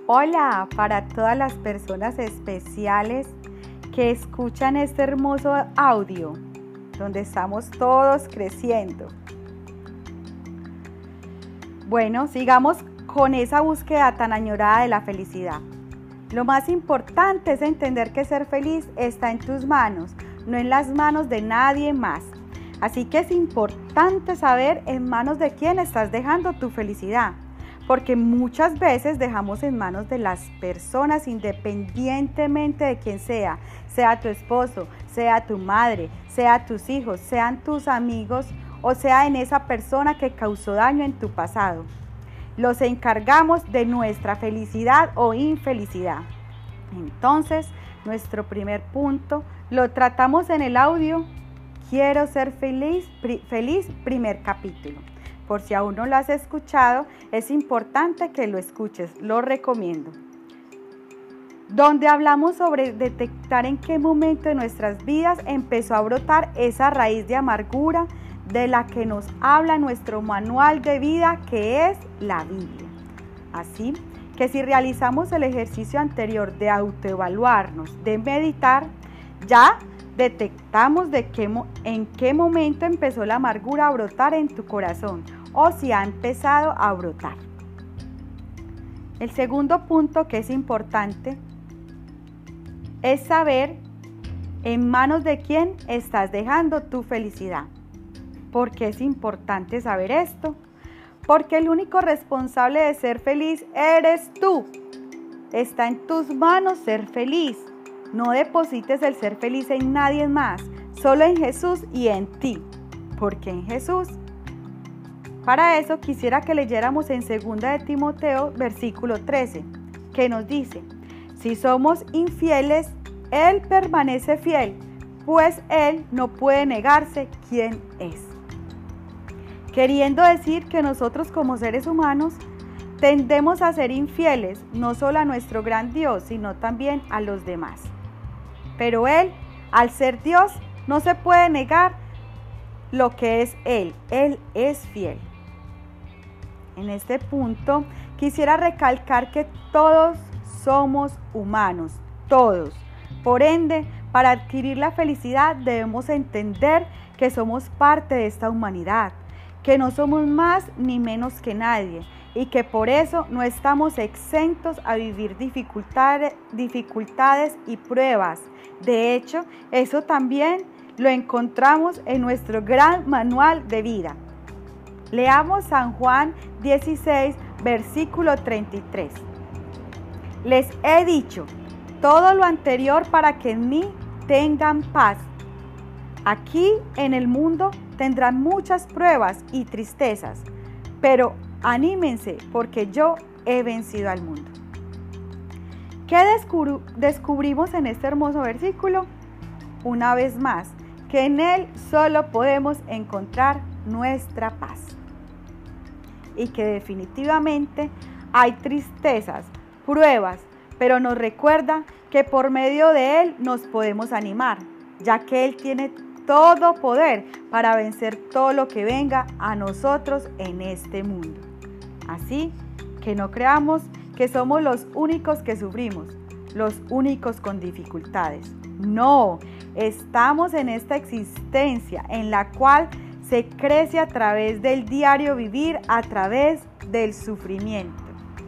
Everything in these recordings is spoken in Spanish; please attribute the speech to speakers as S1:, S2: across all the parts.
S1: Hola para todas las personas especiales que escuchan este hermoso audio, donde estamos todos creciendo. Bueno, sigamos con esa búsqueda tan añorada de la felicidad. Lo más importante es entender que ser feliz está en tus manos, no en las manos de nadie más. Así que es importante saber en manos de quién estás dejando tu felicidad. Porque muchas veces dejamos en manos de las personas, independientemente de quién sea tu esposo, sea tu madre, sea tus hijos, sean tus amigos o sea en esa persona que causó daño en tu pasado. Los encargamos de nuestra felicidad o infelicidad. Entonces, nuestro primer punto lo tratamos en el audio Quiero ser feliz, primer capítulo. Por si aún no lo has escuchado, es importante que lo escuches, lo recomiendo. Donde hablamos sobre detectar en qué momento de nuestras vidas empezó a brotar esa raíz de amargura de la que nos habla nuestro manual de vida, que es la Biblia. Así que si realizamos el ejercicio anterior de autoevaluarnos, de meditar, ya detectamos en qué momento empezó la amargura a brotar en tu corazón o si ha empezado a brotar. El segundo punto que es importante es saber en manos de quién estás dejando tu felicidad. ¿Por qué es importante saber esto? Porque el único responsable de ser feliz eres tú. Está en tus manos ser feliz. No deposites el ser feliz en nadie más, solo en Jesús y en ti. ¿Por qué en Jesús? Para eso quisiera que leyéramos en 2 de Timoteo, versículo 13, que nos dice: si somos infieles, Él permanece fiel, pues Él no puede negarse quién es. Queriendo decir que nosotros como seres humanos tendemos a ser infieles, no solo a nuestro gran Dios, sino también a los demás. Pero Él, al ser Dios, no se puede negar lo que es Él. Él es fiel. En este punto, quisiera recalcar que todos somos humanos, todos. Por ende, para adquirir la felicidad debemos entender que somos parte de esta humanidad, que no somos más ni menos que nadie y que por eso no estamos exentos a vivir dificultades y pruebas. De hecho, eso también lo encontramos en nuestro gran manual de vida. Leamos San Juan 16, versículo 33. Les he dicho todo lo anterior para que en mí tengan paz. Aquí en el mundo tendrán muchas pruebas y tristezas, pero anímense porque yo he vencido al mundo. ¿Qué descubrimos en este hermoso versículo? Una vez más, que en él solo podemos encontrar nuestra paz. Y que definitivamente hay tristezas, pruebas, pero nos recuerda que por medio de él nos podemos animar, ya que él tiene todo poder para vencer todo lo que venga a nosotros en este mundo. Así que no creamos que somos los únicos que sufrimos, los únicos con dificultades. No, estamos en esta existencia en la cual se crece a través del diario vivir, a través del sufrimiento.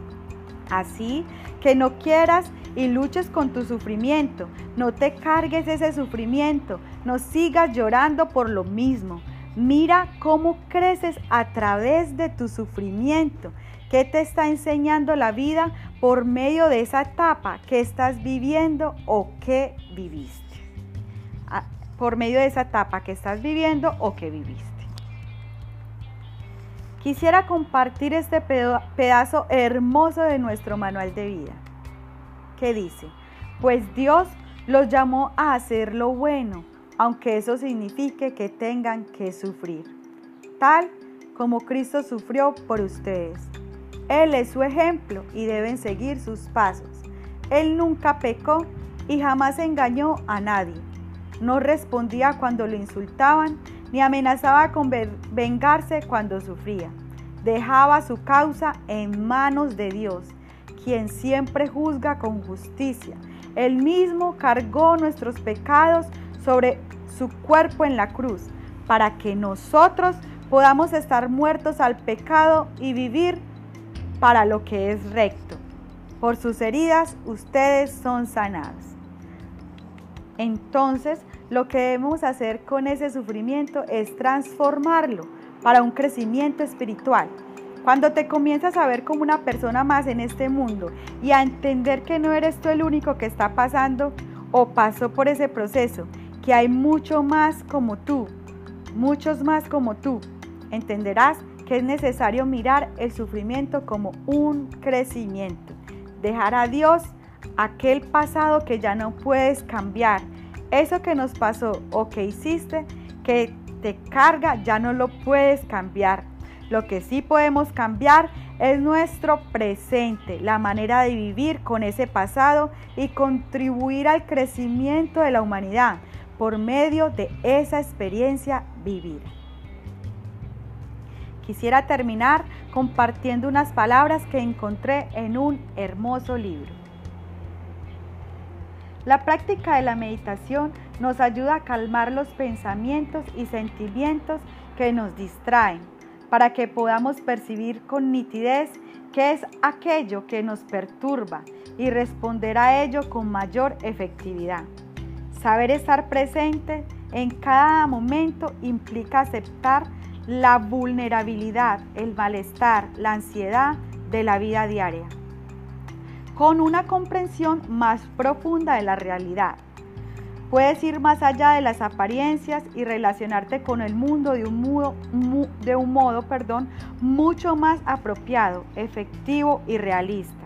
S1: Así que no quieras y luches con tu sufrimiento, no te cargues ese sufrimiento, no sigas llorando por lo mismo. Mira cómo creces a través de tu sufrimiento. ¿Qué te está enseñando la vida por medio de esa etapa que estás viviendo o que viviste? Por medio de esa etapa que estás viviendo o que viviste. Quisiera compartir este pedazo hermoso de nuestro manual de vida, que dice: pues Dios los llamó a hacer lo bueno, aunque eso signifique que tengan que sufrir, tal como Cristo sufrió por ustedes. Él es su ejemplo y deben seguir sus pasos. Él nunca pecó y jamás engañó a nadie. No respondía cuando lo insultaban, ni amenazaba con vengarse cuando sufría. Dejaba su causa en manos de Dios, quien siempre juzga con justicia. Él mismo cargó nuestros pecados sobre su cuerpo en la cruz, para que nosotros podamos estar muertos al pecado y vivir para lo que es recto. Por sus heridas ustedes son sanados. Entonces, lo que debemos hacer con ese sufrimiento es transformarlo para un crecimiento espiritual. Cuando te comienzas a ver como una persona más en este mundo y a entender que no eres tú el único que está pasando o pasó por ese proceso, que hay mucho más como tú, muchos más como tú, entenderás que es necesario mirar el sufrimiento como un crecimiento. Dejar a Dios aquel pasado que ya no puedes cambiar. Eso que nos pasó o que hiciste que te carga ya no lo puedes cambiar. Lo que sí podemos cambiar es nuestro presente, la manera de vivir con ese pasado y contribuir al crecimiento de la humanidad por medio de esa experiencia vivida. Quisiera terminar compartiendo unas palabras que encontré en un hermoso libro. La práctica de la meditación nos ayuda a calmar los pensamientos y sentimientos que nos distraen, para que podamos percibir con nitidez qué es aquello que nos perturba y responder a ello con mayor efectividad. Saber estar presente en cada momento implica aceptar la vulnerabilidad, el malestar, la ansiedad de la vida diaria, con una comprensión más profunda de la realidad. Puedes ir más allá de las apariencias y relacionarte con el mundo de un modo mucho más apropiado, efectivo y realista.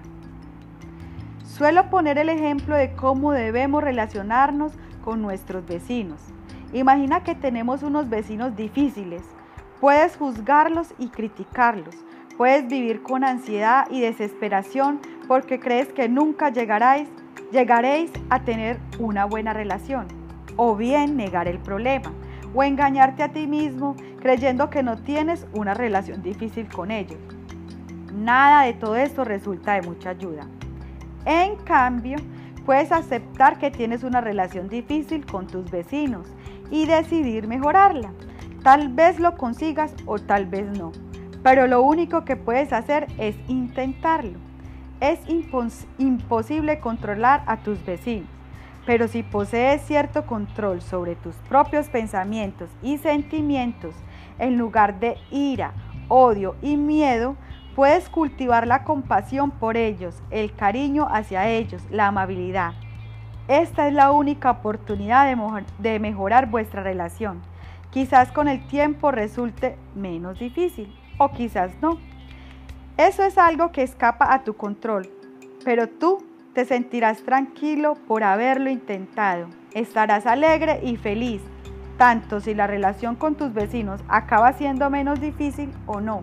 S1: Suelo poner el ejemplo de cómo debemos relacionarnos con nuestros vecinos. Imagina que tenemos unos vecinos difíciles. Puedes juzgarlos y criticarlos. Puedes vivir con ansiedad y desesperación porque crees que nunca llegaréis a tener una buena relación. O bien negar el problema. O engañarte a ti mismo creyendo que no tienes una relación difícil con ellos. Nada de todo esto resulta de mucha ayuda. En cambio, puedes aceptar que tienes una relación difícil con tus vecinos y decidir mejorarla. Tal vez lo consigas o tal vez no, pero lo único que puedes hacer es intentarlo. Es imposible controlar a tus vecinos, pero si posees cierto control sobre tus propios pensamientos y sentimientos, en lugar de ira, odio y miedo, puedes cultivar la compasión por ellos, el cariño hacia ellos, la amabilidad. Esta es la única oportunidad de mejorar vuestra relación. Quizás con el tiempo resulte menos difícil, o quizás no. Eso es algo que escapa a tu control, pero tú te sentirás tranquilo por haberlo intentado. Estarás alegre y feliz, tanto si la relación con tus vecinos acaba siendo menos difícil o no.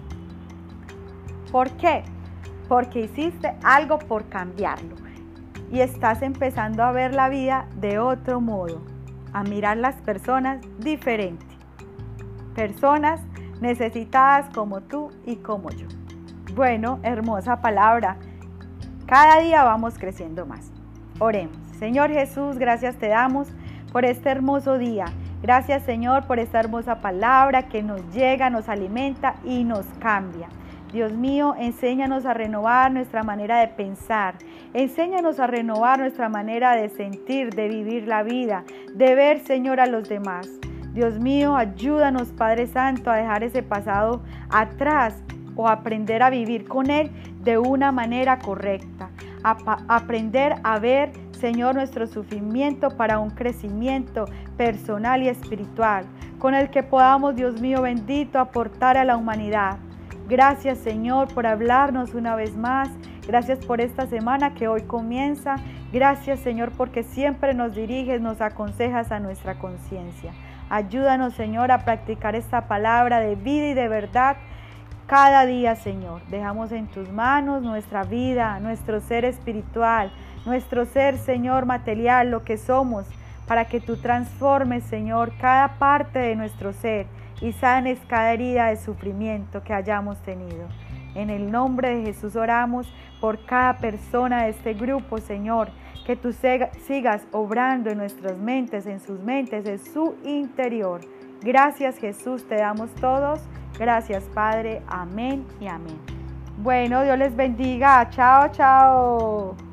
S1: ¿Por qué? Porque hiciste algo por cambiarlo y estás empezando a ver la vida de otro modo, a mirar las personas diferente. Personas necesitadas como tú y como yo. Bueno, hermosa palabra. Cada día vamos creciendo más. Oremos. Señor Jesús, gracias te damos por este hermoso día. Gracias, Señor, por esta hermosa palabra que nos llega, nos alimenta y nos cambia. Dios mío, enséñanos a renovar nuestra manera de pensar. Enséñanos a renovar nuestra manera de sentir, de vivir la vida, de ver, Señor, a los demás. Dios mío, ayúdanos, Padre Santo, a dejar ese pasado atrás o aprender a vivir con él de una manera correcta. Aprender a ver, Señor, nuestro sufrimiento para un crecimiento personal y espiritual, con el que podamos, Dios mío bendito, aportar a la humanidad. Gracias, Señor, por hablarnos una vez más. Gracias por esta semana que hoy comienza. Gracias, Señor, porque siempre nos diriges, nos aconsejas a nuestra conciencia. Ayúdanos, Señor, a practicar esta palabra de vida y de verdad cada día, Señor. Dejamos en tus manos nuestra vida, nuestro ser espiritual, nuestro ser, Señor, material, lo que somos, para que tú transformes, Señor, cada parte de nuestro ser y sanes cada herida de sufrimiento que hayamos tenido. En el nombre de Jesús oramos por cada persona de este grupo, Señor, que tú sigas obrando en nuestras mentes, en sus mentes, en su interior. Gracias, Jesús, te damos todos. Gracias, Padre. Amén y amén. Bueno, Dios les bendiga. Chao, chao.